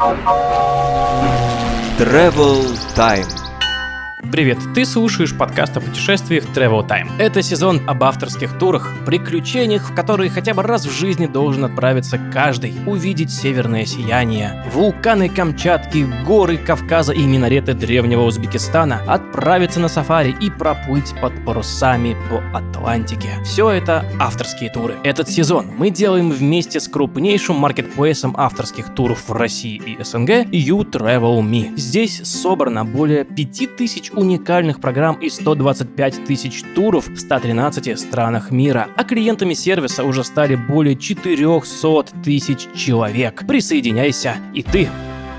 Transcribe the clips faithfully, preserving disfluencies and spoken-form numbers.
Travel Time. Привет, ты слушаешь подкаст о путешествиях Travel Time. Это сезон об авторских турах, приключениях, в которые хотя бы раз в жизни должен отправиться каждый. Увидеть северное сияние, вулканы Камчатки, горы Кавказа и минареты древнего Узбекистана, отправиться на сафари и проплыть под парусами по Атлантике. Все это авторские туры. Этот сезон мы делаем вместе с крупнейшим маркетплейсом авторских туров в России и СНГ You Travel Me. Здесь собрано более пяти тысяч уникальных программ и сто двадцать пять тысяч туров в ста тринадцати странах мира. А клиентами сервиса уже стали более четыреста тысяч человек. Присоединяйся и ты!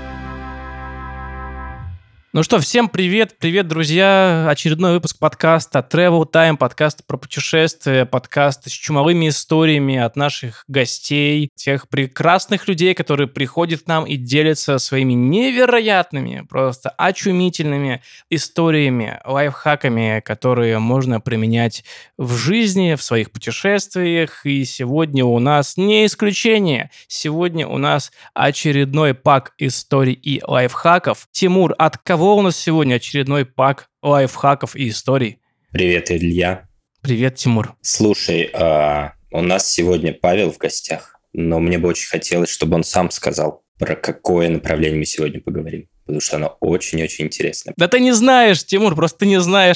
Ну что, всем привет, привет, друзья! Очередной выпуск подкаста Travel Time, подкаст про путешествия, подкаст с чумовыми историями от наших гостей, тех прекрасных людей, которые приходят к нам и делятся своими невероятными, просто очумительными историями, лайфхаками, которые можно применять в жизни, в своих путешествиях. И сегодня у нас не исключение. Сегодня у нас очередной пак историй и лайфхаков. Тимур, от кого у нас сегодня очередной пак лайфхаков и историй? Привет, Илья. Привет, Тимур. Слушай, а, у нас сегодня Павел в гостях, но мне бы очень хотелось, чтобы он сам сказал, про какое направление мы сегодня поговорим, потому что оно очень-очень интересно. Да ты не знаешь, Тимур, просто ты не знаешь.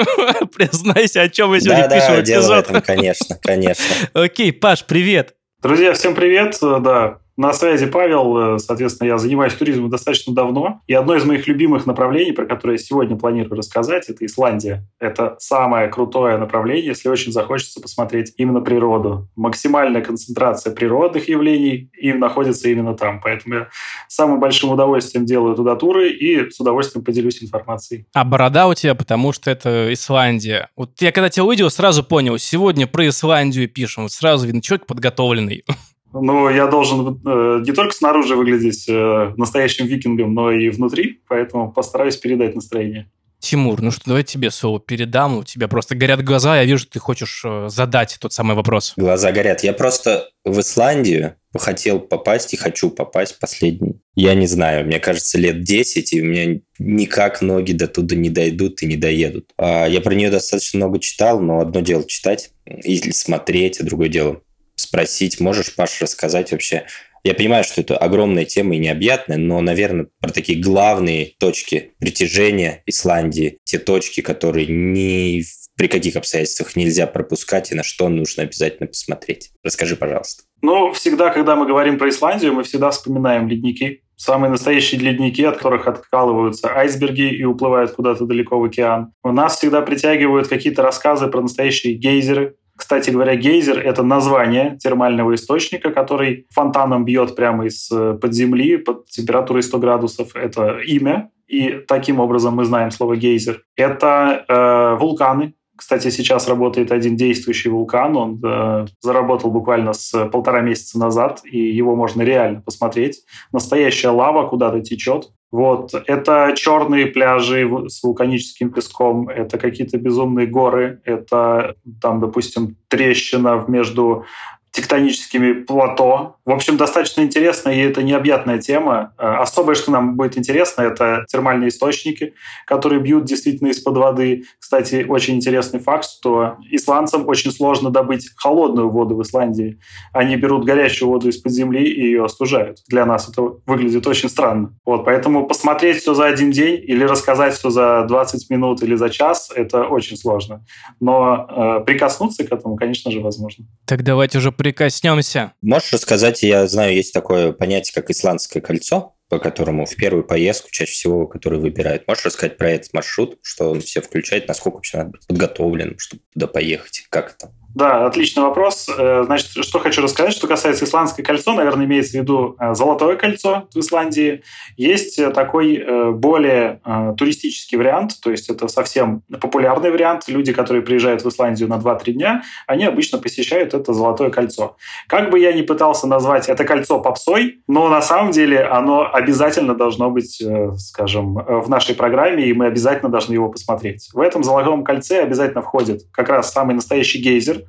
Признайся, о чем мы сегодня пишем. Да-да, дело в этом, конечно, конечно. Окей, Паш, привет. Друзья, всем привет, да. На связи Павел, соответственно, я занимаюсь туризмом достаточно давно, и одно из моих любимых направлений, про которое я сегодня планирую рассказать, это Исландия. Это самое крутое направление, если очень захочется посмотреть именно природу. Максимальная концентрация природных явлений им находится именно там, поэтому я с самым большим удовольствием делаю туда туры и с удовольствием поделюсь информацией. А борода у тебя, потому что это Исландия. Вот я когда тебя увидел, сразу понял, сегодня про Исландию пишем, вот сразу видно, человек подготовленный. Ну, я должен э, не только снаружи выглядеть э, настоящим викингом, но и внутри, поэтому постараюсь передать настроение. Тимур, ну что, давай тебе слово передам. У тебя просто горят глаза, я вижу, ты хочешь э, задать тот самый вопрос. Глаза горят. Я просто в Исландию хотел попасть и хочу попасть последний. Я не знаю, мне кажется, лет десять, и у меня никак ноги до туда не дойдут и не доедут. А, я про нее достаточно много читал, но одно дело читать или смотреть, а другое дело спросить, можешь, Паш, рассказать вообще? Я понимаю, что это огромная тема и необъятная, но, наверное, про такие главные точки притяжения Исландии, те точки, которые ни при каких обстоятельствах нельзя пропускать и на что нужно обязательно посмотреть. Расскажи, пожалуйста. Ну, всегда, когда мы говорим про Исландию, мы всегда вспоминаем ледники. Самые настоящие ледники, от которых откалываются айсберги и уплывают куда-то далеко в океан. У нас всегда притягивают какие-то рассказы про настоящие гейзеры. Кстати говоря, гейзер – это название термального источника, который фонтаном бьет прямо из-под земли под температурой сто градусов. Это имя, и таким образом мы знаем слово гейзер. Это э, вулканы. Кстати, сейчас работает один действующий вулкан. Он э, заработал буквально с полтора месяца назад, и его можно реально посмотреть. Настоящая лава куда-то течет. Вот. Это черные пляжи с вулканическим песком, это какие-то безумные горы, это, там, допустим, трещина между тектоническими плато. В общем, достаточно интересная, и это необъятная тема. Особое, что нам будет интересно, это термальные источники, которые бьют действительно из-под воды. Кстати, очень интересный факт, что исландцам очень сложно добыть холодную воду в Исландии. Они берут горячую воду из-под земли и ее остужают. Для нас это выглядит очень странно. Вот, поэтому посмотреть все за один день или рассказать все за двадцать минут или за час – это очень сложно. Но э, прикоснуться к этому, конечно же, возможно. Так давайте уже прикоснемся. Можешь рассказать, я знаю, есть такое понятие, как исландское кольцо, по которому в первую поездку чаще всего, который выбирают. Можешь рассказать про этот маршрут, что он все включает, насколько вообще надо быть подготовленным, чтобы туда поехать, как это? Да, отличный вопрос. Значит, что хочу рассказать, что касается Исландское кольцо, наверное, имеется в виду Золотое кольцо в Исландии. Есть такой более туристический вариант, то есть это совсем популярный вариант. Люди, которые приезжают в Исландию на два-три дня, они обычно посещают это Золотое кольцо. Как бы я ни пытался назвать это кольцо попсой, но на самом деле оно обязательно должно быть, скажем, в нашей программе, и мы обязательно должны его посмотреть. В этом Золотом кольце обязательно входит как раз самый настоящий гейзер.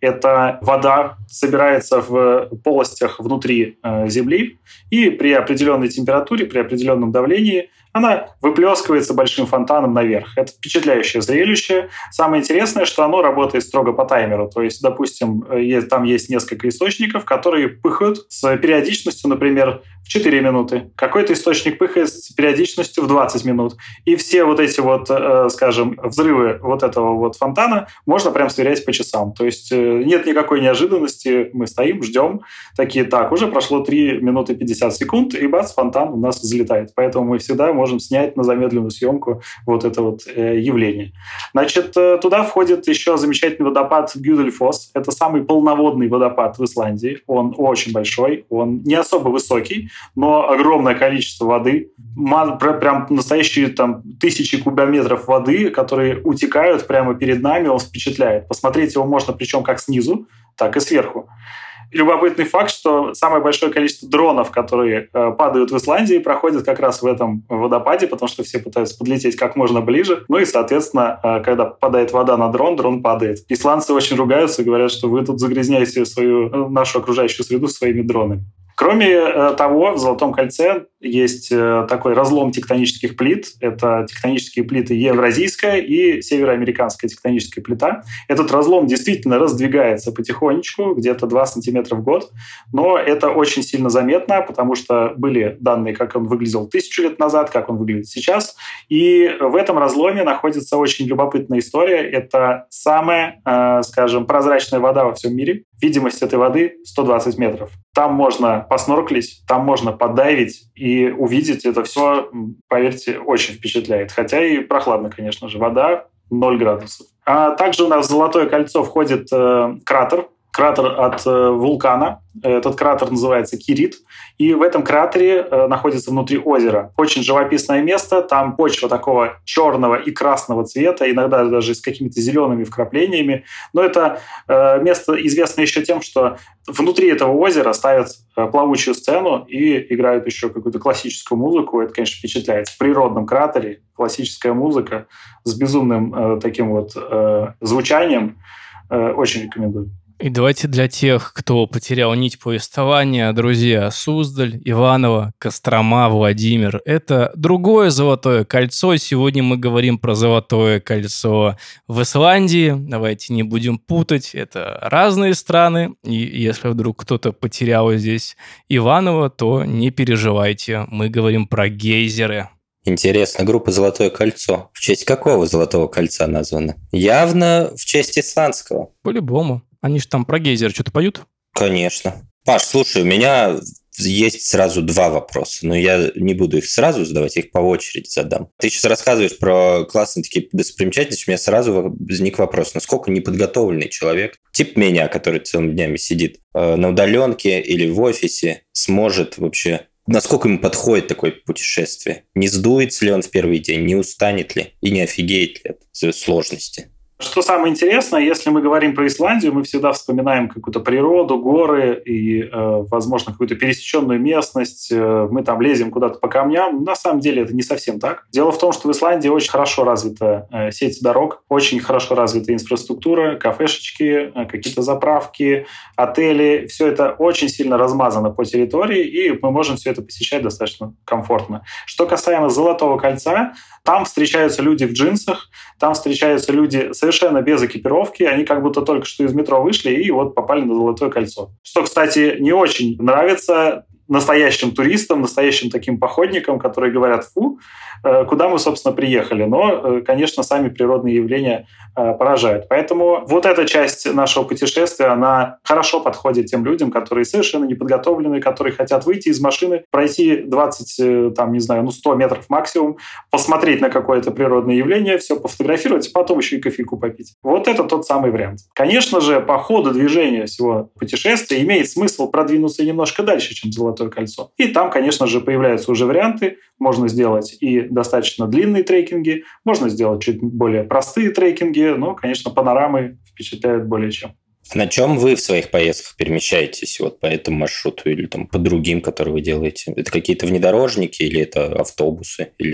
Это вода собирается в полостях внутри э, Земли, и при определенной температуре, при определенном давлении она выплескивается большим фонтаном наверх. Это впечатляющее зрелище. Самое интересное, что оно работает строго по таймеру. То есть, допустим, там есть несколько источников, которые пыхают с периодичностью, например, в четыре минуты. Какой-то источник пыхает с периодичностью в двадцать минут. И все вот эти вот, скажем, взрывы вот этого вот фонтана можно прям сверять по часам. То есть нет никакой неожиданности. Мы стоим, ждем. Такие, так, уже прошло три минуты пятьдесят секунд, и бац, фонтан у нас взлетает. Поэтому мы всегда можем снять на замедленную съемку вот это вот э, явление. Значит, э, туда входит еще замечательный водопад Гюдельфосс. Это самый полноводный водопад в Исландии. Он очень большой, он не особо высокий, но огромное количество воды. Ма- прям настоящие там тысячи кубометров воды, которые утекают прямо перед нами. Он впечатляет. Посмотреть его можно причем как снизу, так и сверху. Любопытный факт, что самое большое количество дронов, которые э, падают в Исландии, проходят как раз в этом водопаде, потому что все пытаются подлететь как можно ближе. Ну и, соответственно, э, когда попадает вода на дрон, дрон падает. Исландцы очень ругаются и говорят, что вы тут загрязняете свою, э, нашу окружающую среду своими дронами. Кроме э, того, в Золотом кольце есть э, такой разлом тектонических плит. Это тектонические плиты евразийская и североамериканская тектоническая плита. Этот разлом действительно раздвигается потихонечку, где-то два сантиметра в год. Но это очень сильно заметно, потому что были данные, как он выглядел тысячу лет назад, как он выглядит сейчас. И в этом разломе находится очень любопытная история. Это самая, э, скажем, прозрачная вода во всем мире. Видимость этой воды сто двадцать метров. Там можно поснорклить, там можно подайвить и увидеть это все, поверьте, очень впечатляет. Хотя и прохладно, конечно же, вода ноль градусов. А также у нас в Золотое кольцо входит э, кратер, кратер от э, вулкана. Этот кратер называется Кирит. И в этом кратере э, находится внутри озера. Очень живописное место. Там почва такого черного и красного цвета, иногда даже с какими-то зелеными вкраплениями. Но это э, место известно еще тем, что внутри этого озера ставят э, плавучую сцену и играют еще какую-то классическую музыку. Это, конечно, впечатляет. В природном кратере классическая музыка с безумным э, таким вот э, звучанием. Э, очень рекомендую. И давайте для тех, кто потерял нить повествования, друзья, Суздаль, Иваново, Кострома, Владимир – это другое Золотое кольцо. Сегодня мы говорим про Золотое кольцо в Исландии. Давайте не будем путать, это разные страны. И если вдруг кто-то потерял здесь Иваново, то не переживайте, мы говорим про гейзеры. Интересно, группа «Золотое кольцо». В честь какого Золотого кольца названа? Явно в честь исландского. По-любому. Они же там про гейзер что-то поют? Конечно. Паш, слушай, у меня есть сразу два вопроса, но я не буду их сразу задавать, я их по очереди задам. Ты сейчас рассказываешь про классные такие достопримечательности, у меня сразу возник вопрос, насколько неподготовленный человек, тип меня, который целыми днями сидит э, на удаленке или в офисе, сможет вообще... Насколько ему подходит такое путешествие? Не сдуется ли он в первый день, не устанет ли и не офигеет ли от сложности? Что самое интересное, если мы говорим про Исландию, мы всегда вспоминаем какую-то природу, горы и, э, возможно, какую-то пересеченную местность. Э, мы там лезем куда-то по камням. На самом деле это не совсем так. Дело в том, что в Исландии очень хорошо развита э, сеть дорог, очень хорошо развита инфраструктура, кафешечки, э, какие-то заправки, отели. Все это очень сильно размазано по территории, и мы можем все это посещать достаточно комфортно. Что касаемо Золотого кольца, там встречаются люди в джинсах, там встречаются люди совершенно без экипировки, они как будто только что из метро вышли и вот попали на Золотое кольцо. Что, кстати, не очень нравится настоящим туристам, настоящим таким походникам, которые говорят: фу, куда мы, собственно, приехали. Но, конечно, сами природные явления поражают. Поэтому вот эта часть нашего путешествия, она хорошо подходит тем людям, которые совершенно неподготовлены, которые хотят выйти из машины, пройти двадцать, там, не знаю, ну, сто метров максимум, посмотреть на какое-то природное явление, все пофотографировать, и потом еще и кофейку попить. Вот это тот самый вариант. Конечно же, по ходу движения всего путешествия имеет смысл продвинуться немножко дальше, чем Золотое кольцо. И там, конечно же, появляются уже варианты. Можно сделать и достаточно длинные трекинги, можно сделать чуть более простые трекинги, но, конечно, панорамы впечатляют более чем. На чем вы в своих поездках перемещаетесь вот по этому маршруту или там по другим, которые вы делаете? Это какие-то внедорожники или это автобусы или что?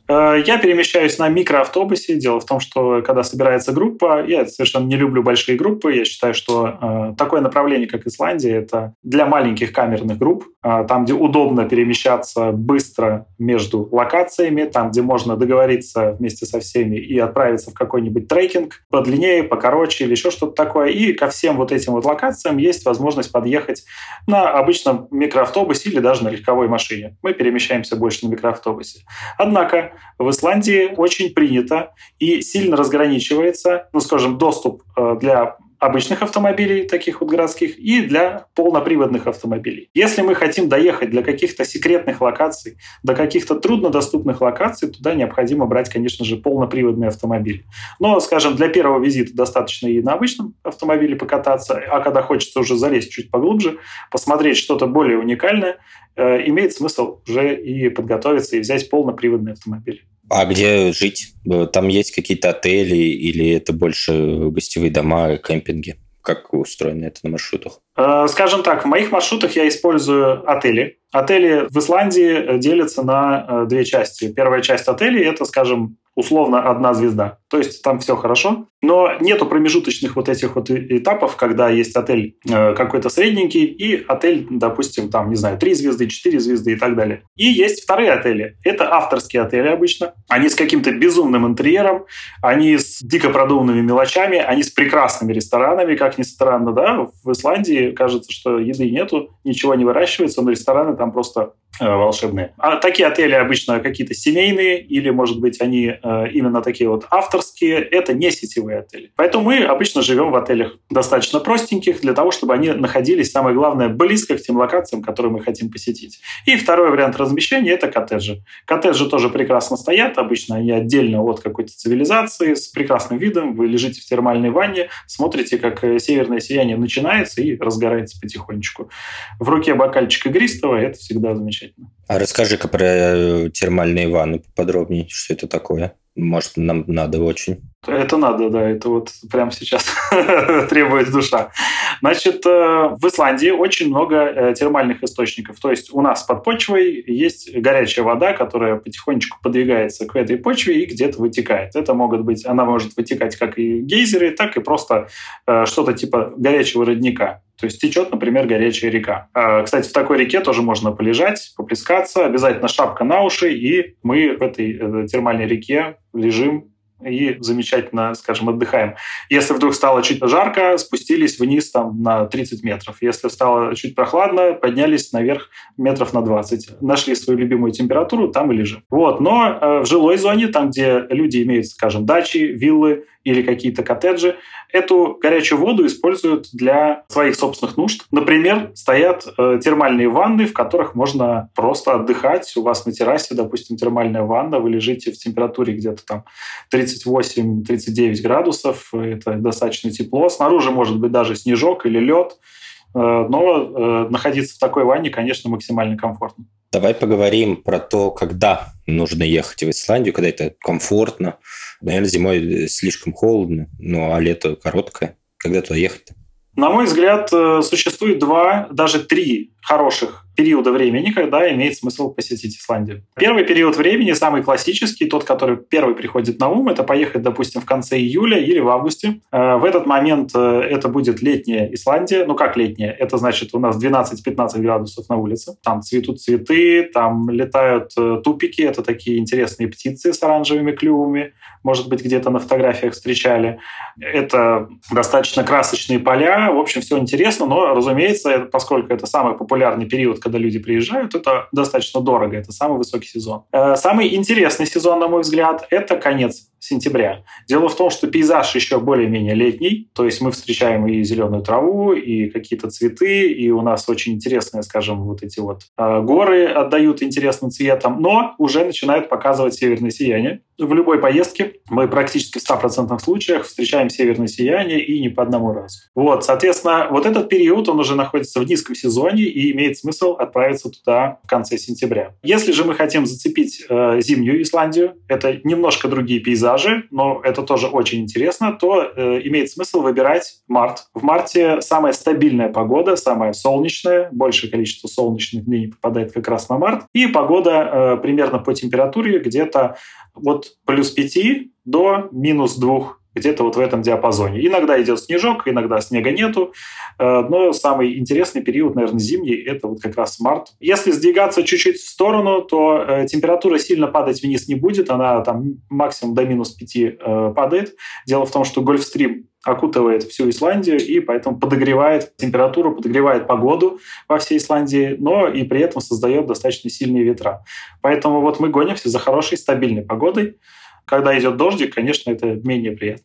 Я перемещаюсь на микроавтобусе. Дело в том, что когда собирается группа, я совершенно не люблю большие группы. Я считаю, что такое направление, как Исландия, это для маленьких камерных групп, там, где удобно перемещаться быстро между локациями, там, где можно договориться вместе со всеми и отправиться в какой-нибудь трекинг подлиннее, покороче или еще что-то такое. И ко всем вот этим вот локациям есть возможность подъехать на обычном микроавтобусе или даже на легковой машине. Мы перемещаемся больше на микроавтобусе. Однако в Исландии очень принято и сильно разграничивается, ну, скажем, доступ для обычных автомобилей, таких вот городских, и для полноприводных автомобилей. Если мы хотим доехать для каких-то секретных локаций, до каких-то труднодоступных локаций, туда необходимо брать, конечно же, полноприводные автомобили. Но, скажем, для первого визита достаточно и на обычном автомобиле покататься, а когда хочется уже залезть чуть поглубже, посмотреть что-то более уникальное, э, имеет смысл уже и подготовиться и взять полноприводный автомобиль. А где жить? Там есть какие-то отели или это больше гостевые дома и кемпинги? Как устроено это на маршрутах? Скажем так, в моих маршрутах я использую отели. Отели в Исландии делятся на две части. Первая часть отелей – это, скажем, условно одна звезда. То есть там все хорошо, но нету промежуточных вот этих вот этапов, когда есть отель какой-то средненький и отель, допустим, там, не знаю, три звезды, четыре звезды и так далее. И есть вторые отели. Это авторские отели обычно. Они с каким-то безумным интерьером, они с дико продуманными мелочами, они с прекрасными ресторанами, как ни странно, да. В Исландии кажется, что еды нету, ничего не выращивается, но рестораны там просто э, волшебные. А такие отели обычно какие-то семейные или, может быть, они э, именно такие вот авторские. Это не сетевые отели. Поэтому мы обычно живем в отелях достаточно простеньких для того, чтобы они находились, самое главное, близко к тем локациям, которые мы хотим посетить. И второй вариант размещения – это коттеджи. Коттеджи тоже прекрасно стоят. Обычно они отдельно от какой-то цивилизации, с прекрасным видом. Вы лежите в термальной ванне, смотрите, как северное сияние начинается и разгорается потихонечку. В руке бокальчик игристого – это всегда замечательно. А расскажи-ка про термальные ванны поподробнее, что это такое. Может, нам надо очень. Это надо, да, это вот прямо сейчас требует душа. Значит, в Исландии очень много термальных источников. То есть у нас под почвой есть горячая вода, которая потихонечку подвигается к этой почве и где-то вытекает. Это могут быть, она может вытекать как и гейзеры, так и просто что-то типа горячего родника. То есть течет, например, горячая река. Кстати, в такой реке тоже можно полежать, поплескаться, обязательно шапка на уши, и мы в этой термальной реке лежим и замечательно, скажем, отдыхаем. Если вдруг стало чуть жарко, спустились вниз там, на тридцать метров. Если стало чуть прохладно, поднялись наверх метров на двадцать. Нашли свою любимую температуру, там и лежим. Вот. Но э, в жилой зоне, там, где люди имеют, скажем, дачи, виллы или какие-то коттеджи, эту горячую воду используют для своих собственных нужд. Например, стоят э, термальные ванны, в которых можно просто отдыхать. У вас на террасе, допустим, термальная ванна, вы лежите в температуре где-то там тридцать восемь - тридцать девять градусов, это достаточно тепло. Снаружи может быть даже снежок или лед, э, но э, находиться в такой ванне, конечно, максимально комфортно. Давай поговорим про то, когда нужно ехать в Исландию, когда это комфортно. Наверное, зимой слишком холодно, ну а лето короткое. Когда туда ехать-то? На мой взгляд, существует два, даже три хороших периода времени, когда имеет смысл посетить Исландию. Первый период времени, самый классический, тот, который первый приходит на ум, это поехать, допустим, в конце июля или в августе. В этот момент это будет летняя Исландия. Ну, как летняя? Это значит, у нас двенадцать-пятнадцать градусов на улице. Там цветут цветы, там летают тупики. Это такие интересные птицы с оранжевыми клювами. Может быть, где-то на фотографиях встречали. Это достаточно красочные поля. В общем, все интересно, но, разумеется, поскольку это самый популярный период, когда люди приезжают, это достаточно дорого, это самый высокий сезон. Самый интересный сезон, на мой взгляд, это конец сентября. Дело в том, что пейзаж еще более-менее летний, то есть мы встречаем и зеленую траву, и какие-то цветы, и у нас очень интересные, скажем, вот эти вот горы отдают интересным цветом, но уже начинают показывать северное сияние. В любой поездке мы практически в ста процентах случаях встречаем северное сияние и не по одному разу. Вот, соответственно, вот этот период, он уже находится в низком сезоне и имеет смысл отправиться туда в конце сентября. Если же мы хотим зацепить э, зимнюю Исландию, это немножко другие пейзажи, пейзажи, но это тоже очень интересно, то э, имеет смысл выбирать март. В марте самая стабильная погода, самая солнечная, большее количество солнечных дней попадает как раз на март, и погода э, примерно по температуре где-то от плюс пяти до минус двух, где-то вот в этом диапазоне. Иногда идет снежок, иногда снега нету, но самый интересный период, наверное, зимний, это вот как раз март. Если сдвигаться чуть-чуть в сторону, то температура сильно падать вниз не будет, она там максимум до минус пяти падает. Дело в том, что Гольфстрим окутывает всю Исландию и поэтому подогревает температуру, подогревает погоду во всей Исландии, но и при этом создает достаточно сильные ветра. Поэтому вот мы гонимся за хорошей стабильной погодой. Когда идет дождик, конечно, это менее приятно.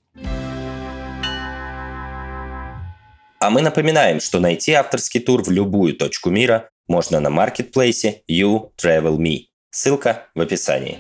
А мы напоминаем, что найти авторский тур в любую точку мира можно на маркетплейсе You Travel Me. Ссылка в описании.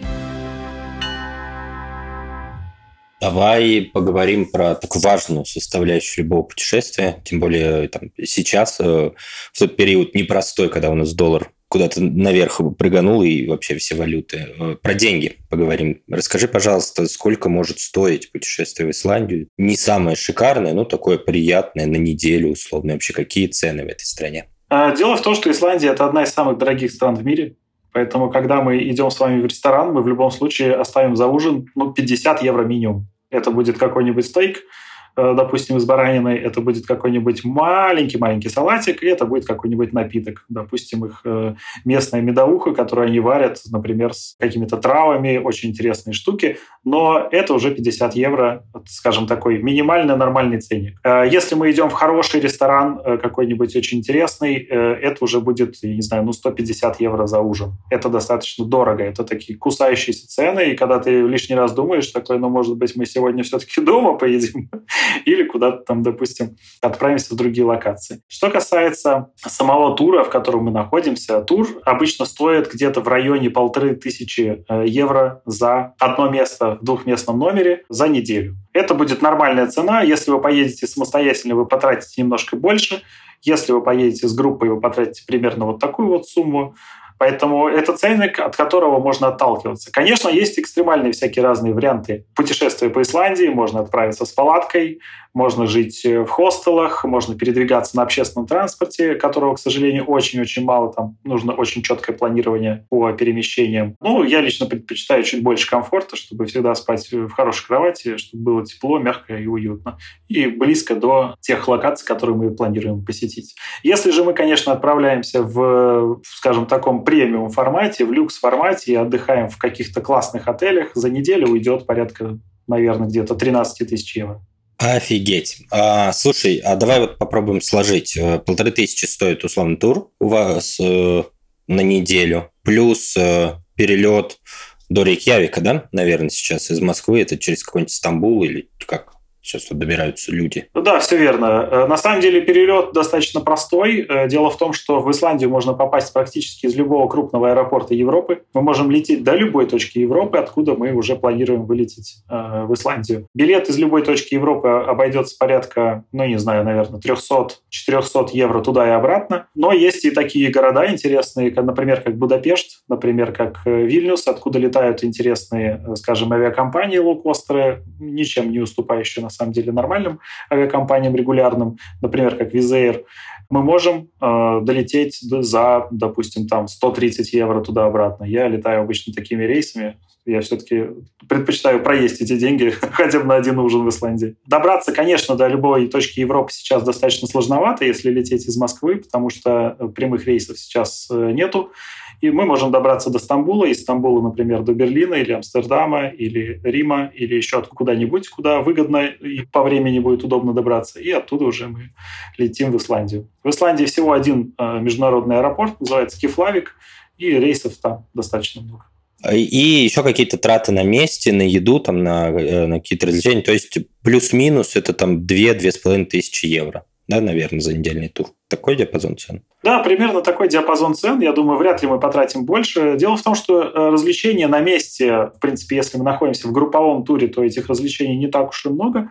Давай поговорим про такую важную составляющую любого путешествия, тем более там, сейчас, в тот период непростой, когда у нас доллар куда-то наверх прыганул и вообще все валюты. Про деньги поговорим. Расскажи, пожалуйста, сколько может стоить путешествие в Исландию? Не самое шикарное, но такое приятное на неделю условно. Вообще, какие цены в этой стране? Дело в том, что Исландия – это одна из самых дорогих стран в мире. Поэтому, когда мы идем с вами в ресторан, мы в любом случае оставим за ужин ну, пятьдесят евро минимум. Это будет какой-нибудь стейк, допустим, из баранины, это будет какой-нибудь маленький-маленький салатик, и это будет какой-нибудь напиток. Допустим, их местная медовуха, которую они варят, например, с какими-то травами, очень интересные штуки, но это уже пятьдесят евро, скажем, такой минимальный нормальный ценник. Если мы идем в хороший ресторан, какой-нибудь очень интересный, это уже будет, я не знаю, ну сто пятьдесят евро за ужин. Это достаточно дорого, это такие кусающиеся цены, и когда ты лишний раз думаешь, такой, ну, может быть, мы сегодня все-таки дома поедим, или куда-то там, допустим, отправимся в другие локации. Что касается самого тура, в котором мы находимся, тур обычно стоит где-то в районе полторы тысячи евро за одно место в двухместном номере за неделю. Это будет нормальная цена. Если вы поедете самостоятельно, вы потратите немножко больше. Если вы поедете с группой, вы потратите примерно вот такую вот сумму. Поэтому это ценник, от которого можно отталкиваться. Конечно, есть экстремальные всякие разные варианты путешествия по Исландии. Можно отправиться с палаткой, можно жить в хостелах, можно передвигаться на общественном транспорте, которого, к сожалению, очень-очень мало. Там нужно очень четкое планирование по перемещениям. Ну, я лично предпочитаю чуть больше комфорта, чтобы всегда спать в хорошей кровати, чтобы было тепло, мягко и уютно. И близко до тех локаций, которые мы планируем посетить. Если же мы, конечно, отправляемся в, скажем, таком премиум формате, в люкс формате и отдыхаем в каких-то классных отелях, за неделю уйдет порядка, наверное, где-то тринадцать тысяч евро. Офигеть. А, слушай, а давай вот попробуем сложить. Полторы тысячи стоит условный тур у вас э, на неделю, плюс э, перелет до Рейкьявика, да, наверное, сейчас из Москвы, это через какой-нибудь Стамбул или как? Сейчас вот добираются люди. Да, все верно. На самом деле перелет достаточно простой. Дело в том, что в Исландию можно попасть практически из любого крупного аэропорта Европы. Мы можем лететь до любой точки Европы, откуда мы уже планируем вылететь в Исландию. Билет из любой точки Европы обойдется порядка, ну не знаю, наверное, триста-четыреста евро туда и обратно. Но есть и такие города интересные, как, например, как Будапешт, например, как Вильнюс, откуда летают интересные, скажем, авиакомпании лоукостеры, ничем не уступающие на самом деле нормальным авиакомпаниям регулярным, например, как Wizz Air, мы можем э, долететь за, допустим, там сто тридцать евро туда-обратно. Я летаю обычно такими рейсами. Я все-таки предпочитаю проесть эти деньги хотя бы на один ужин в Исландии. Добраться, конечно, до любой точки Европы сейчас достаточно сложновато, если лететь из Москвы, потому что прямых рейсов сейчас нету. И мы можем добраться до Стамбула, из Стамбула, например, до Берлина или Амстердама, или Рима, или еще куда-нибудь, куда выгодно и по времени будет удобно добраться. И оттуда уже мы летим в Исландию. В Исландии всего один э, международный аэропорт, называется Кефлавик, и рейсов там достаточно много. И еще какие-то траты на месте, на еду, там, на, на какие-то развлечения. То есть плюс-минус это там две-две с половиной тысячи евро. Да, наверное, за недельный тур. Такой диапазон цен? Да, примерно такой диапазон цен. Я думаю, вряд ли мы потратим больше. Дело в том, что развлечения на месте, в принципе, если мы находимся в групповом туре, то этих развлечений не так уж и много.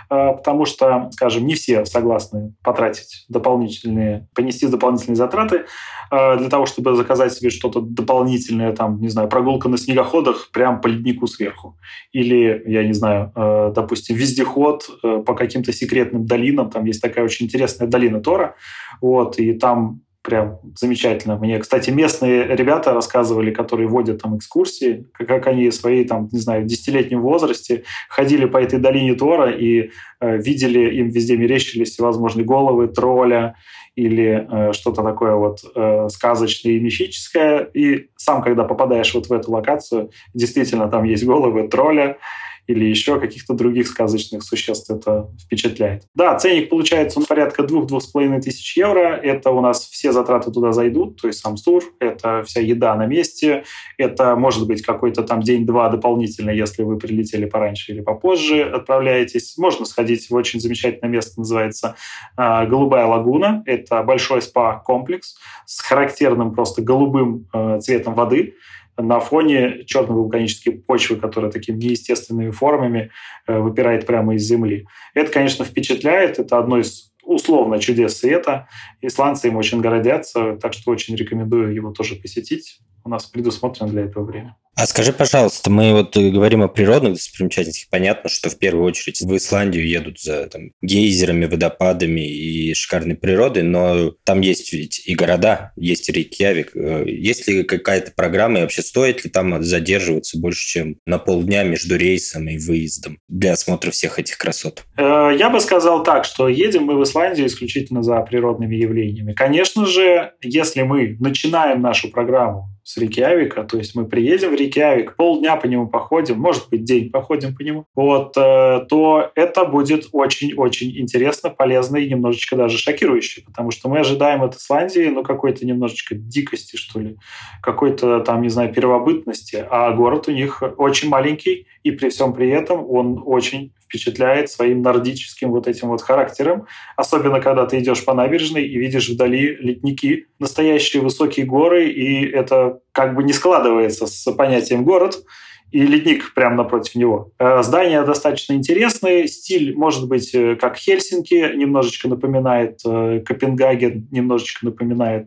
потому что, скажем, не все согласны потратить дополнительные, понести дополнительные затраты для того, чтобы заказать себе что-то дополнительное, там, не знаю, прогулка на снегоходах прямо по леднику сверху. Или, я не знаю, допустим, вездеход по каким-то секретным долинам. Там есть такая очень интересная долина Тора, вот, и там прям замечательно. Мне, кстати, местные ребята рассказывали, которые водят там экскурсии, как они в своей, там, не знаю, десятилетнем возрасте ходили по этой долине Тора и э, видели, им везде мерещились всевозможные головы тролля или э, что-то такое вот э, сказочное и мифическое. И сам, когда попадаешь вот в эту локацию, действительно там есть головы тролля или еще каких-то других сказочных существ, это впечатляет. Да, ценник получается он порядка двух-двух с половиной тысяч евро. Это у нас все затраты туда зайдут, то есть сам тур, это вся еда на месте, это может быть какой-то там день-два дополнительно, если вы прилетели пораньше или попозже, отправляетесь. Можно сходить в очень замечательное место, называется э, Голубая лагуна. Это большой спа-комплекс с характерным просто голубым э, цветом воды на фоне черной вулканической почвы, которая такими неестественными формами э, выпирает прямо из земли. Это, конечно, впечатляет. Это одно из условно чудес света. Исландцы им очень гордятся, так что очень рекомендую его тоже посетить. У нас предусмотрено для этого время. А скажи, пожалуйста, мы вот говорим о природных достопримечательностях. Понятно, что в первую очередь в Исландию едут за там, гейзерами, водопадами и шикарной природой, но там есть ведь и города, есть и Рейкьявик. Есть ли какая-то программа, и вообще стоит ли там задерживаться больше, чем на полдня между рейсом и выездом для осмотра всех этих красот? Я бы сказал так, что едем мы в Исландию исключительно за природными явлениями. Конечно же, если мы начинаем нашу программу с Рейкьявика, то есть мы приедем в Рейкьявик, полдня по нему походим, может быть, день походим по нему, вот, то это будет очень-очень интересно, полезно и немножечко даже шокирующе, потому что мы ожидаем от Исландии, ну, какой-то немножечко дикости, что ли, какой-то там, не знаю, первобытности, а город у них очень маленький, и при всем при этом он очень впечатляет своим нордическим вот этим вот характером, особенно когда ты идешь по набережной и видишь вдали ледники, настоящие высокие горы, и это как бы не складывается с понятием «город», и ледник прямо напротив него. Здания достаточно интересные, стиль, может быть, как Хельсинки, немножечко напоминает Копенгаген, немножечко напоминает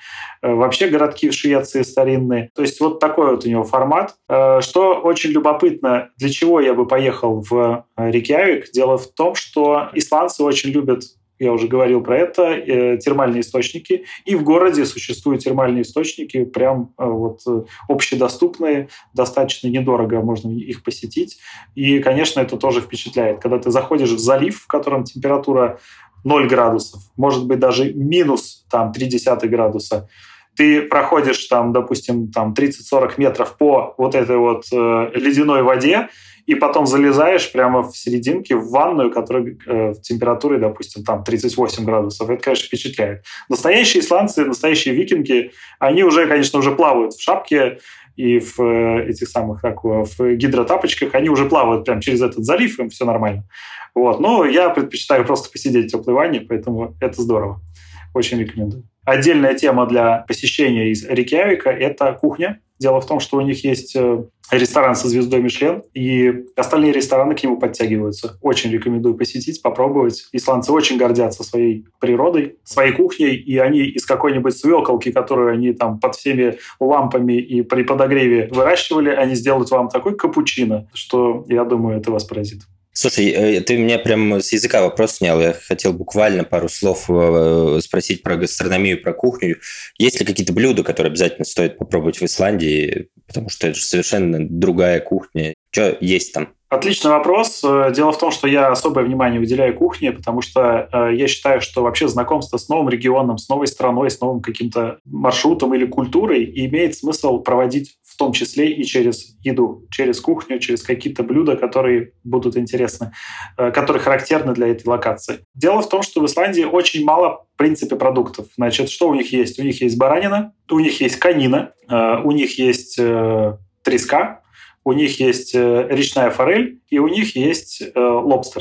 вообще городки в Швеции старинные. То есть вот такой вот у него формат. Что очень любопытно, для чего я бы поехал в Рейкьявик, дело в том, что исландцы очень любят, я уже говорил про это, э, термальные источники. И в городе существуют термальные источники, прям э, вот, э, общедоступные, достаточно недорого можно их посетить. И, конечно, это тоже впечатляет. Когда ты заходишь в залив, в котором температура ноль градусов, может быть, даже минус там, три десятых градуса, ты проходишь, там, допустим, там, тридцать-сорок метров по вот этой вот э, ледяной воде, и потом залезаешь прямо в серединке в ванную, которая э, температурой, допустим, там тридцать восемь градусов. Это, конечно, впечатляет. Настоящие исландцы, настоящие викинги, они уже, конечно, уже плавают в шапке и в э, этих самых, как, в гидротапочках. Они уже плавают прямо через этот залив, им все нормально. Вот. Но я предпочитаю просто посидеть в теплой ванне, поэтому это здорово. Очень рекомендую. Отдельная тема для посещения из Рейкьявика – это кухня. Дело в том, что у них есть ресторан со звездой Мишлен, и остальные рестораны к нему подтягиваются. Очень рекомендую посетить, попробовать. Исландцы очень гордятся своей природой, своей кухней, и они из какой-нибудь свеколки, которую они там под всеми лампами и при подогреве выращивали, они сделают вам такой капучино, что, я думаю, это вас поразит. Слушай, ты меня прям с языка вопрос снял. Я хотел буквально пару слов спросить про гастрономию, про кухню. Есть ли какие-то блюда, которые обязательно стоит попробовать в Исландии? Потому что это же совершенно другая кухня. Что есть там? Отличный вопрос. Дело в том, что я особое внимание уделяю кухне, потому что я считаю, что вообще знакомство с новым регионом, с новой страной, с новым каким-то маршрутом или культурой имеет смысл проводить в том числе и через еду, через кухню, через какие-то блюда, которые будут интересны, которые характерны для этой локации. Дело в том, что в Исландии очень мало, в принципе, продуктов. Значит, что у них есть? У них есть баранина, у них есть конина, у них есть треска, у них есть речная форель, и у них есть э, лобстеры. В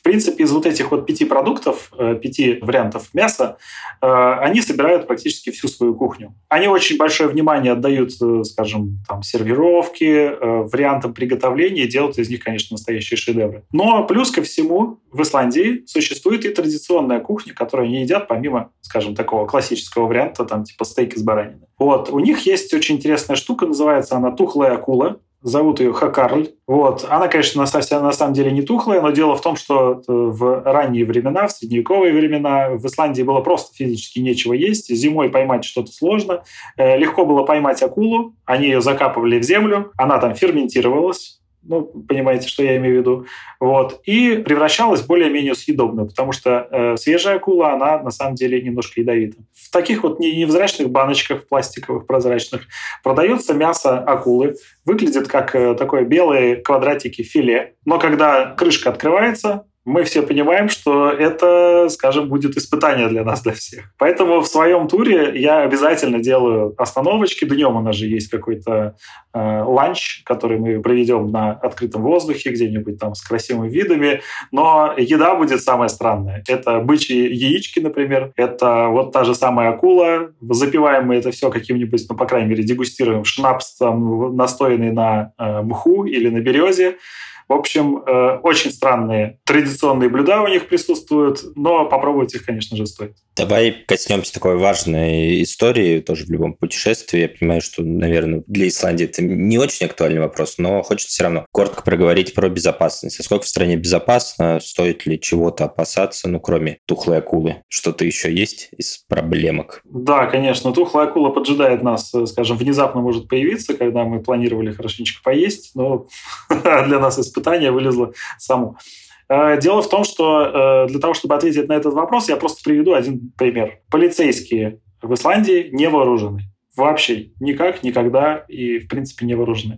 принципе, из вот этих вот пяти продуктов, пяти вариантов мяса, они собирают практически всю свою кухню. Они очень большое внимание отдают, скажем, там, сервировке, вариантам приготовления, и делают из них, конечно, настоящие шедевры. Но плюс ко всему в Исландии существует и традиционная кухня, которую они едят помимо, скажем, такого классического варианта, там, типа стейк из баранины. Вот. У них есть очень интересная штука, называется она тухлая акула. Зовут ее Хакарль. Вот. Она, конечно, совсем, на самом деле не тухлая, но дело в том, что в ранние времена, в средневековые времена в Исландии было просто физически нечего есть. Зимой поймать что-то сложно. Легко было поймать акулу. Они ее закапывали в землю. Она там ферментировалась. Ну, понимаете, что я имею в виду. Вот. И превращалась в более-менее съедобную, потому что э, свежая акула, она на самом деле немножко ядовита. В таких вот невзрачных баночках пластиковых, прозрачных продается мясо акулы. Выглядит как э, такое белые квадратики филе. Но когда крышка открывается, мы все понимаем, что это, скажем, будет испытание для нас, для всех. Поэтому в своем туре я обязательно делаю остановочки. Днем у нас же есть какой-то э, ланч, который мы проведем на открытом воздухе, где-нибудь там с красивыми видами. Но еда будет самая странная. Это бычьи яички, например. Это вот та же самая акула. Запиваем мы это все каким-нибудь, ну, по крайней мере, дегустируем шнапс, там, настоянный на э, мху или на березе. В общем, э, очень странные традиционные блюда у них присутствуют, но попробовать их, конечно же, стоит. Давай коснемся такой важной истории тоже в любом путешествии. Я понимаю, что, наверное, для Исландии это не очень актуальный вопрос, но хочется все равно коротко проговорить про безопасность. Насколько в стране безопасно? Стоит ли чего-то опасаться, ну, кроме тухлой акулы? Что-то еще есть из проблемок? Да, конечно. Тухлая акула поджидает нас, скажем, внезапно может появиться, когда мы планировали хорошенечко поесть, но для нас испытание вылезло само. Дело в том, что для того, чтобы ответить на этот вопрос, я просто приведу один пример. Полицейские в Исландии не вооружены. Вообще никак, никогда и, в принципе, не вооружены.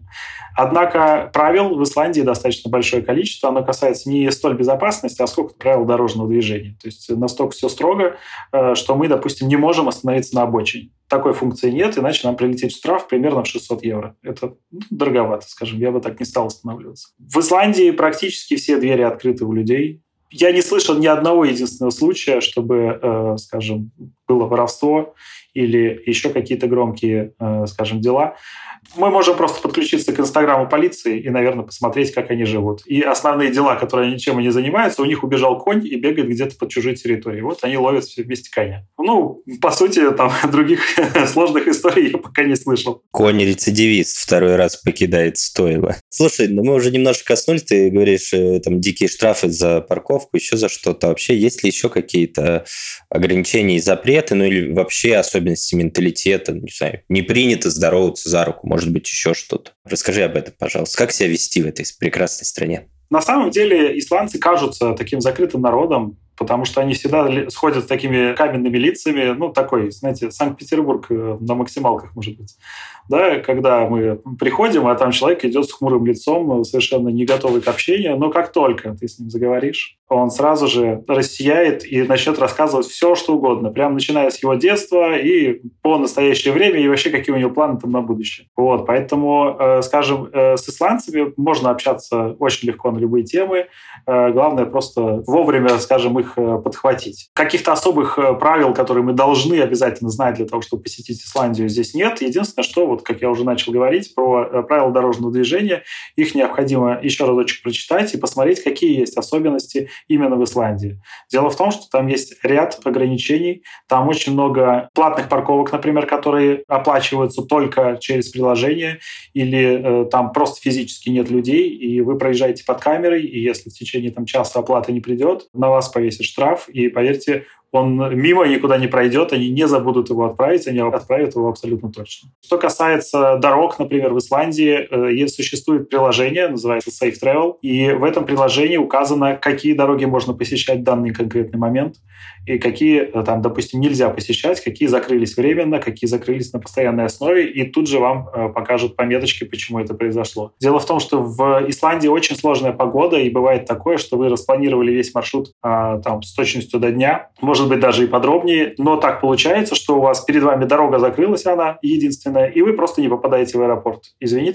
Однако правил в Исландии достаточно большое количество. Оно касается не столь безопасности, а сколько правил дорожного движения. То есть настолько все строго, что мы, допустим, не можем остановиться на обочине. Такой функции нет, иначе нам прилетит штраф примерно в шестьсот евро. Это, ну, дороговато, скажем, я бы так не стал останавливаться. В Исландии практически все двери открыты у людей. Я не слышал ни одного единственного случая, чтобы, э, скажем, было воровство или еще какие-то громкие, э, скажем, дела. Мы можем просто подключиться к инстаграму полиции и, наверное, посмотреть, как они живут. И основные дела, которые ничем и не занимаются, у них убежал конь и бегает где-то под чужой территорией. Вот они ловят все вместе коня. Ну, по сути, там других сложных историй я пока не слышал. Конь-рецидивист второй раз покидает стойло. Слушай, ну мы уже немножко коснулись, ты говоришь, там дикие штрафы за парковку, еще за что-то. Вообще, есть ли еще какие-то ограничения и запреты, ну или вообще особенности менталитета, не знаю, не принято здороваться за руку, может быть, еще что-то. Расскажи об этом, пожалуйста. Как себя вести в этой прекрасной стране? На самом деле исландцы кажутся таким закрытым народом, потому что они всегда сходят с такими каменными лицами, ну, такой, знаете, Санкт-Петербург на максималках, может быть. Да, когда мы приходим, а там человек идет с хмурым лицом, совершенно не готовый к общению, но как только ты с ним заговоришь, он сразу же рассияет и начнет рассказывать все, что угодно, прям начиная с его детства и по настоящее время, и вообще какие у него планы там на будущее. Вот, поэтому, э, скажем, э, с исландцами можно общаться очень легко на любые темы, э, главное просто вовремя, скажем, их э, подхватить. Каких-то особых э, правил, которые мы должны обязательно знать для того, чтобы посетить Исландию, здесь нет. Единственное, что, вот как я уже начал говорить, про э, правила дорожного движения, их необходимо еще разочек прочитать и посмотреть, какие есть особенности именно в Исландии. Дело в том, что там есть ряд ограничений, там очень много платных парковок, например, которые оплачиваются только через приложение, или э, там просто физически нет людей, и вы проезжаете под камерой, и если в течение там, часа оплата не придет, на вас повесят штраф, и поверьте, он мимо никуда не пройдет, они не забудут его отправить, они отправят его абсолютно точно. Что касается дорог, например, в Исландии э, существует приложение, называется Safe Travel, и в этом приложении указано, какие дороги можно посещать в данный конкретный момент, и какие, там, допустим, нельзя посещать, какие закрылись временно, какие закрылись на постоянной основе, и тут же вам э, покажут пометочки, почему это произошло. Дело в том, что в Исландии очень сложная погода, и бывает такое, что вы распланировали весь маршрут э, там, с точностью до дня, может быть, даже и подробнее, но так получается, что у вас перед вами дорога закрылась, она единственная, и вы просто не попадаете в аэропорт. Извините,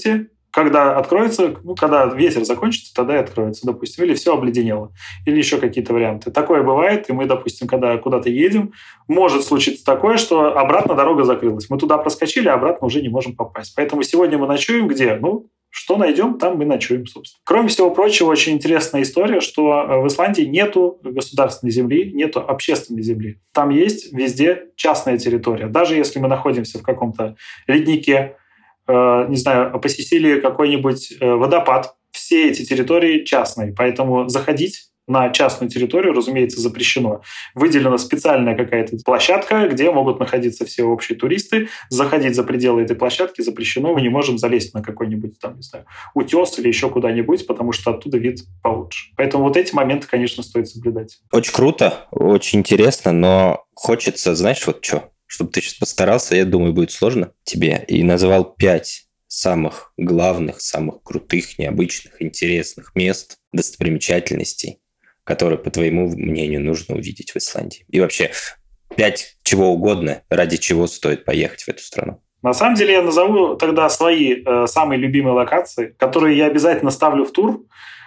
когда откроется, ну, когда ветер закончится, тогда и откроется, допустим, или все обледенело, или еще какие-то варианты. Такое бывает, и мы, допустим, когда куда-то едем, может случиться такое, что обратно дорога закрылась. Мы туда проскочили, а обратно уже не можем попасть. Поэтому сегодня мы ночуем где? Ну, что найдем, там мы ночуем, собственно. Кроме всего прочего, очень интересная история, что в Исландии нету государственной земли, нету общественной земли. Там есть везде частная территория. Даже если мы находимся в каком-то леднике, не знаю, посетили какой-нибудь водопад, все эти территории частные, поэтому заходить на частную территорию, разумеется, запрещено. Выделена специальная какая-то площадка, где могут находиться все общие туристы. Заходить за пределы этой площадки запрещено. Мы не можем залезть на какой-нибудь там, не знаю, утес или еще куда-нибудь, потому что оттуда вид получше. Поэтому вот эти моменты, конечно, стоит соблюдать. Очень круто, очень интересно, но хочется, знаешь, вот что? Чтобы ты сейчас постарался, я думаю, будет сложно тебе, и назвал пять самых главных, самых крутых, необычных, интересных мест, достопримечательностей, которые, по твоему мнению, нужно увидеть в Исландии. И вообще, пять чего угодно, ради чего стоит поехать в эту страну. На самом деле я назову тогда свои э, самые любимые локации, которые я обязательно ставлю в тур,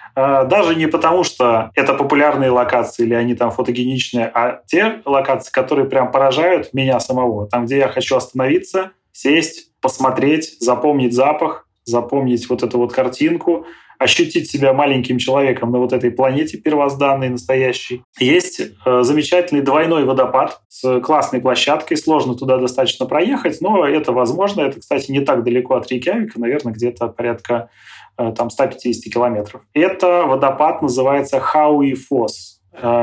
даже не потому, что это популярные локации или они там фотогеничные, а те локации, которые прям поражают меня самого. Там, где я хочу остановиться, сесть, посмотреть, запомнить запах, запомнить вот эту вот картинку, ощутить себя маленьким человеком на вот этой планете первозданной, настоящей. Есть э, замечательный двойной водопад с классной площадкой. Сложно туда достаточно проехать, но это возможно. Это, кстати, не так далеко от Рейкьявика, наверное, где-то порядка там сто пятьдесят километров. Это водопад называется Хауи-Фосс.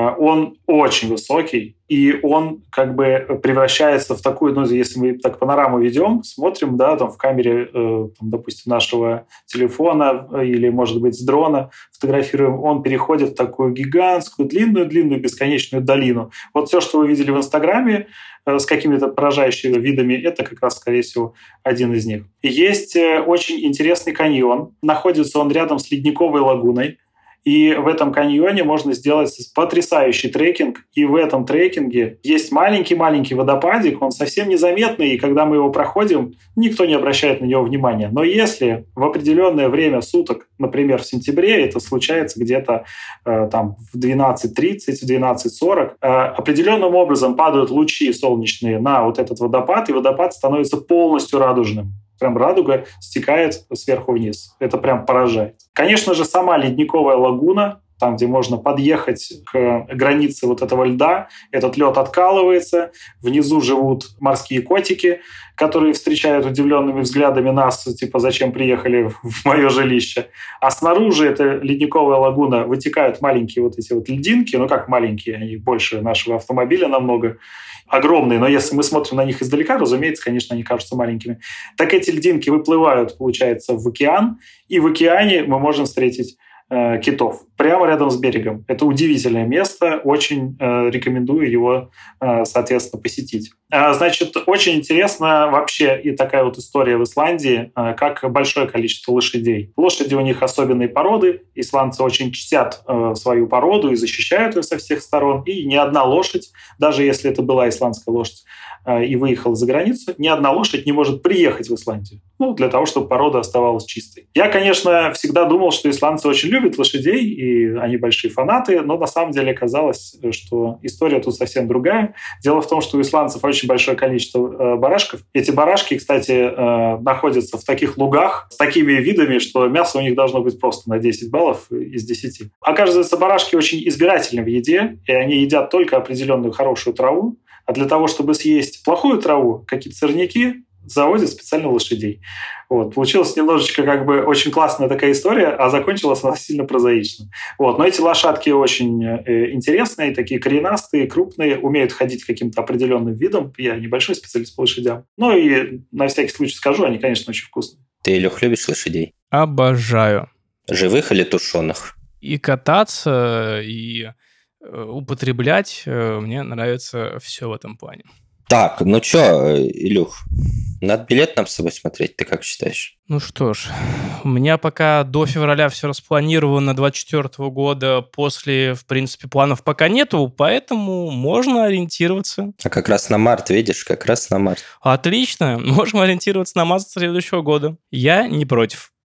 Он очень высокий, и он как бы превращается в такую, ну, если мы так панораму ведем, смотрим, да, там в камере, там, допустим, нашего телефона или, может быть, с дрона фотографируем, он переходит в такую гигантскую, длинную-длинную, бесконечную долину. Вот все, что вы видели в Инстаграме с какими-то поражающими видами, это как раз, скорее всего, один из них. Есть очень интересный каньон. Находится он рядом с ледниковой лагуной. И в этом каньоне можно сделать потрясающий трекинг. И в этом трекинге есть маленький-маленький водопадик, он совсем незаметный, и когда мы его проходим, никто не обращает на него внимания. Но если в определенное время суток, например, в сентябре, это случается где-то э, там в двенадцать тридцать, в двенадцать сорок, э, определенным образом падают лучи солнечные на вот этот водопад, и водопад становится полностью радужным. Прям радуга стекает сверху вниз. Это прям поражает. Конечно же, сама ледниковая лагуна, там, где можно подъехать к границе вот этого льда, этот лед откалывается, внизу живут морские котики, которые встречают удивленными взглядами нас, типа, зачем приехали в мое жилище. А снаружи эта ледниковая лагуна вытекают маленькие вот эти вот льдинки, ну как маленькие, они больше нашего автомобиля намного, огромные, но если мы смотрим на них издалека, разумеется, конечно, они кажутся маленькими. Так эти льдинки выплывают, получается, в океан, и в океане мы можем встретить э, китов прямо рядом с берегом. Это удивительное место, очень э, рекомендую его, э, соответственно, посетить. А, значит, очень интересна вообще и такая вот история в Исландии, э, как большое количество лошадей. Лошади у них особенные породы, исландцы очень чтят э, свою породу и защищают ее со всех сторон, и ни одна лошадь, даже если это была исландская лошадь, э, и выехала за границу, ни одна лошадь не может приехать в Исландию, ну, для того, чтобы порода оставалась чистой. Я, конечно, всегда думал, что исландцы очень любят лошадей, и они большие фанаты, но на самом деле оказалось, что история тут совсем другая. Дело в том, что у исландцев очень большое количество э, барашков. Эти барашки, кстати, э, находятся в таких лугах с такими видами, что мясо у них должно быть просто на десять баллов из десяти. Оказывается, барашки очень избирательны в еде, и они едят только определенную хорошую траву, а для того, чтобы съесть плохую траву, какие-то сорняки, заводят специально лошадей. Вот. Получилась немножечко как бы очень классная такая история, а закончилась она сильно прозаично. Вот. Но эти лошадки очень э, интересные, такие коренастые, крупные, умеют ходить каким-то определенным видом. Я небольшой специалист по лошадям. Ну и на всякий случай скажу, они, конечно, очень вкусные. Ты, Илюх, любишь лошадей? Обожаю. Живых или тушеных? И кататься, и э, употреблять э, мне нравится все в этом плане. Так, ну чё, Илюх, надо билет нам с собой смотреть, ты как считаешь? Ну что ж, у меня пока до февраля все распланировано двадцать четвёртого года, после, в принципе, планов пока нету, поэтому можно ориентироваться. А как раз на март, видишь, как раз на март. Отлично, можем ориентироваться на март следующего года. Я не против.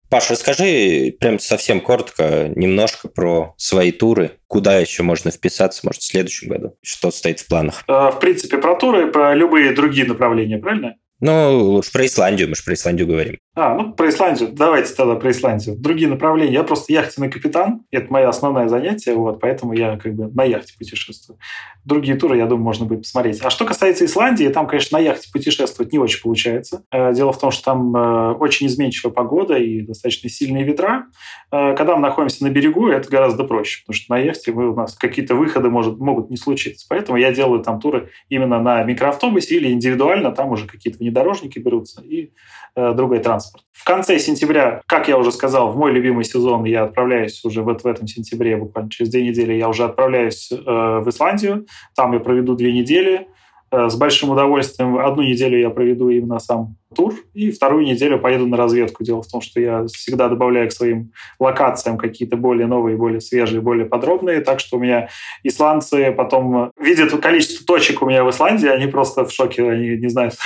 Паша, расскажи прям совсем коротко немножко про свои туры. Куда еще можно вписаться, может, в следующем году? Что стоит в планах? В принципе, про туры, про любые другие направления, правильно? Ну, лучше про Исландию, мы же про Исландию говорим. А, ну, про Исландию. Давайте тогда про Исландию. Другие направления. Я просто яхтенный капитан. Это мое основное занятие, вот, поэтому я как бы на яхте путешествую. Другие туры, я думаю, можно будет посмотреть. А что касается Исландии, там, конечно, на яхте путешествовать не очень получается. Дело в том, что там очень изменчивая погода и достаточно сильные ветра. Когда мы находимся на берегу, это гораздо проще, потому что на яхте мы, у нас какие-то выходы может, могут не случиться. Поэтому я делаю там туры именно на микроавтобусе или индивидуально, там уже какие-то внедорожники берутся и э, другой транспорт. В конце сентября, как я уже сказал, в мой любимый сезон я отправляюсь уже вот в этом сентябре, буквально через две недели, я уже отправляюсь э, в Исландию. Там я проведу две недели. Э, с большим удовольствием одну неделю я проведу именно сам тур, и вторую неделю поеду на разведку. Дело в том, что я всегда добавляю к своим локациям какие-то более новые, более свежие, более подробные, так что у меня исландцы потом видят количество точек у меня в Исландии, они просто в шоке, они не знают,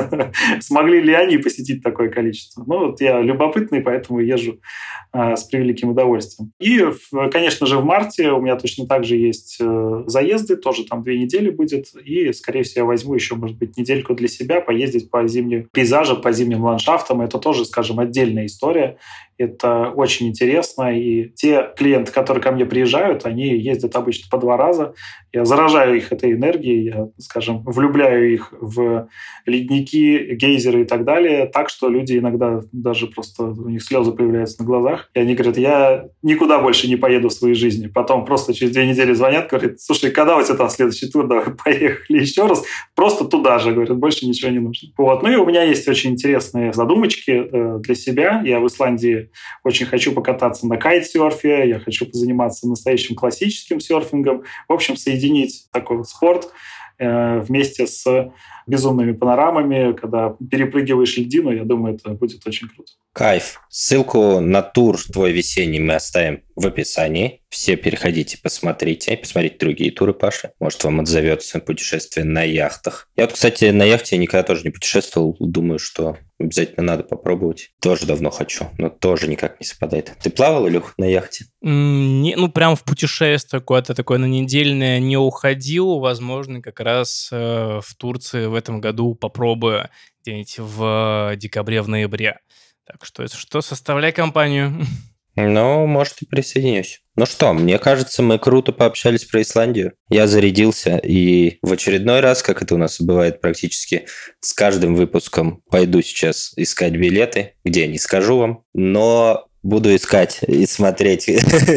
смогли ли они посетить такое количество. Ну, вот я любопытный, поэтому езжу э, с превеликим удовольствием. И, конечно же, в марте у меня точно так же есть э, заезды, тоже там две недели будет, и, скорее всего, я возьму еще, может быть, недельку для себя, поездить по зимним пейзажам, по зимним ландшафтам. Это тоже, скажем, отдельная история. Это очень интересно. И те клиенты, которые ко мне приезжают, они ездят обычно по два раза. Я заражаю их этой энергией, я, скажем, влюбляю их в ледники, гейзеры и так далее, так что люди иногда даже просто у них слезы появляются на глазах. И они говорят, я никуда больше не поеду в своей жизни. Потом просто через две недели звонят, говорят, слушай, когда у тебя там следующий тур? Давай поехали еще раз. Просто туда же, говорят, больше ничего не нужно. Вот. Ну и у меня есть очень интересные задумочки для себя. Я в Исландии очень хочу покататься на кайтсерфе, я хочу позаниматься настоящим классическим серфингом. В общем, соединить такой вот спорт э, вместе с безумными панорамами, когда перепрыгиваешь льдину, я думаю, это будет очень круто. Кайф. Ссылку на тур твой весенний мы оставим в описании. Все переходите, посмотрите. Посмотрите другие туры Паши. Может, вам отзовется путешествие на яхтах. Я вот, кстати, на яхте никогда тоже не путешествовал. Думаю, что обязательно надо попробовать. Тоже давно хочу, но тоже никак не совпадает. Ты плавал, Илюх, на яхте? Не, ну, прям в путешествие куда-то такое на недельное не уходил. Возможно, как раз э, в Турции в этом году попробую где-нибудь в декабре, в ноябре. Так что, если что, составляй компанию. Ну, может, и присоединюсь. Ну что, мне кажется, мы круто пообщались про Исландию. Я зарядился, и в очередной раз, как это у нас бывает практически с каждым выпуском, пойду сейчас искать билеты, где, не скажу вам, но буду искать и смотреть,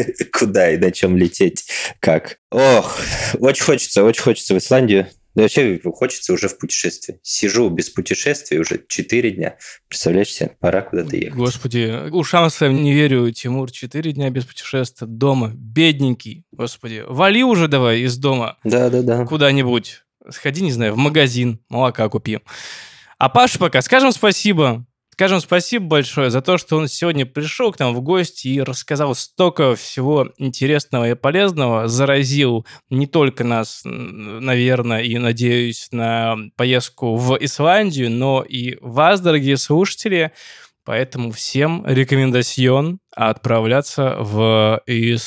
куда и на чем лететь, как. Ох, очень хочется, очень хочется в Исландию. Да вообще хочется уже в путешествие. Сижу без путешествия уже четыре дня. Представляешь себе, пора куда-то ехать. Господи, ушам своим не верю, Тимур. четыре дня без путешествия дома. Бедненький. Господи, вали уже давай из дома. Да-да-да. Куда-нибудь. Сходи, не знаю, в магазин, молока купи. А Паше пока скажем спасибо. Скажем спасибо большое за то, что он сегодня пришел к нам в гости и рассказал столько всего интересного и полезного, заразил не только нас, наверное, и, надеюсь, на поездку в Исландию, но и вас, дорогие слушатели. Поэтому всем рекомендацион отправляться в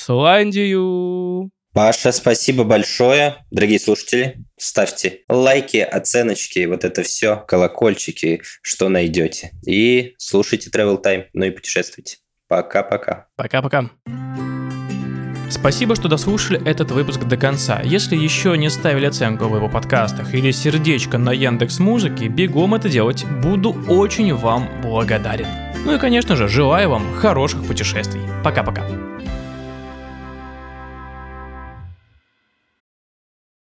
Исландию. Паша, спасибо большое. Дорогие слушатели, ставьте лайки, оценочки, вот это все, колокольчики, что найдете. И слушайте Travel Time, ну и путешествуйте. Пока-пока. Пока-пока. Спасибо, что дослушали этот выпуск до конца. Если еще не ставили оценку в его подкастах или сердечко на Яндекс.Музыке, бегом это делать. Буду очень вам благодарен. Ну и, конечно же, желаю вам хороших путешествий. Пока-пока.